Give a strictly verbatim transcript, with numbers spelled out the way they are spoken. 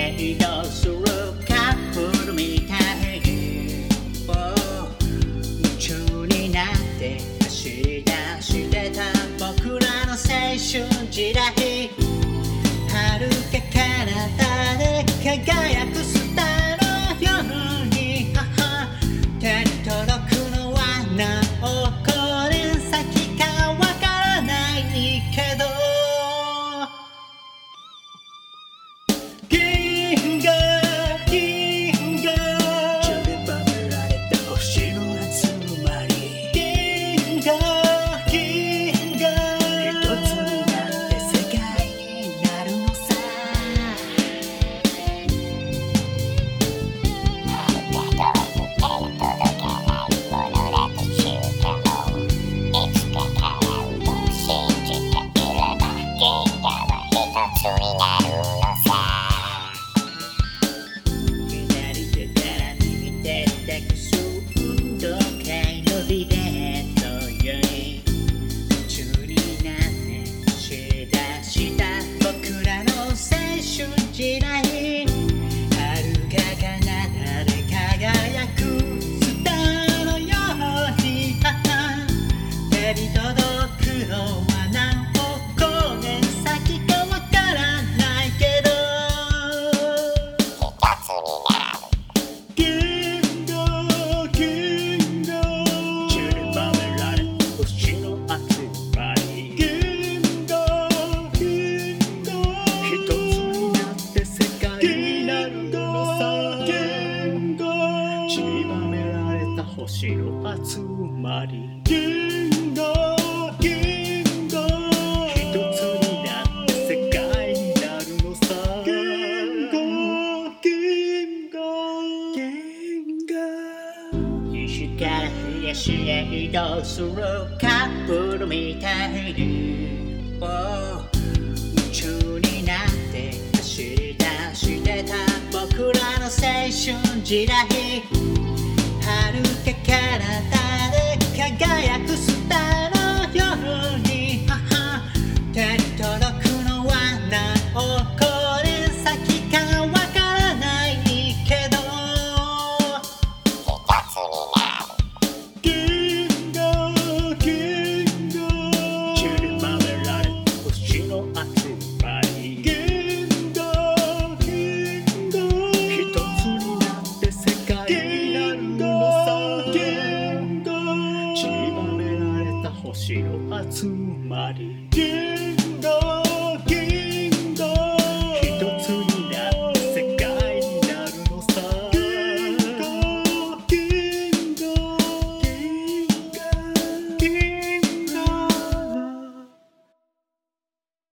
へ移動するカップルみたいに、oh、夢中になって走り出してた僕らの青春時代、遥か彼方で輝くスターのように、手に届くのはなおこれ先かわからないけど、銀河銀河散りばめられた星の集まり、銀河銀河一つになって世界になるのさ。左手から右手でくす運動会のリレーのように、夢中になって走り出した僕らの青春時代、遥か彼方で輝くスターのように、手に届くのは何億年先かわからないけど、銀河銀河散りばめられた星の集まり、銀河銀河一つになって世界になるのさ。銀河散りばめられた星の集まり、銀河銀河一つになって世界になるのさ。銀河銀河銀河西から東へ移動するカップルみたいに、oh、夢中になって走り出してた僕らの青春時代、遥か彼方で輝くスターのように、手に届くのはなおこれ先かわからないけど、銀河銀河散りばめられた星の集まり、銀河銀河一つになって世界になるのさ。銀河散りばめられた星の集まり、銀河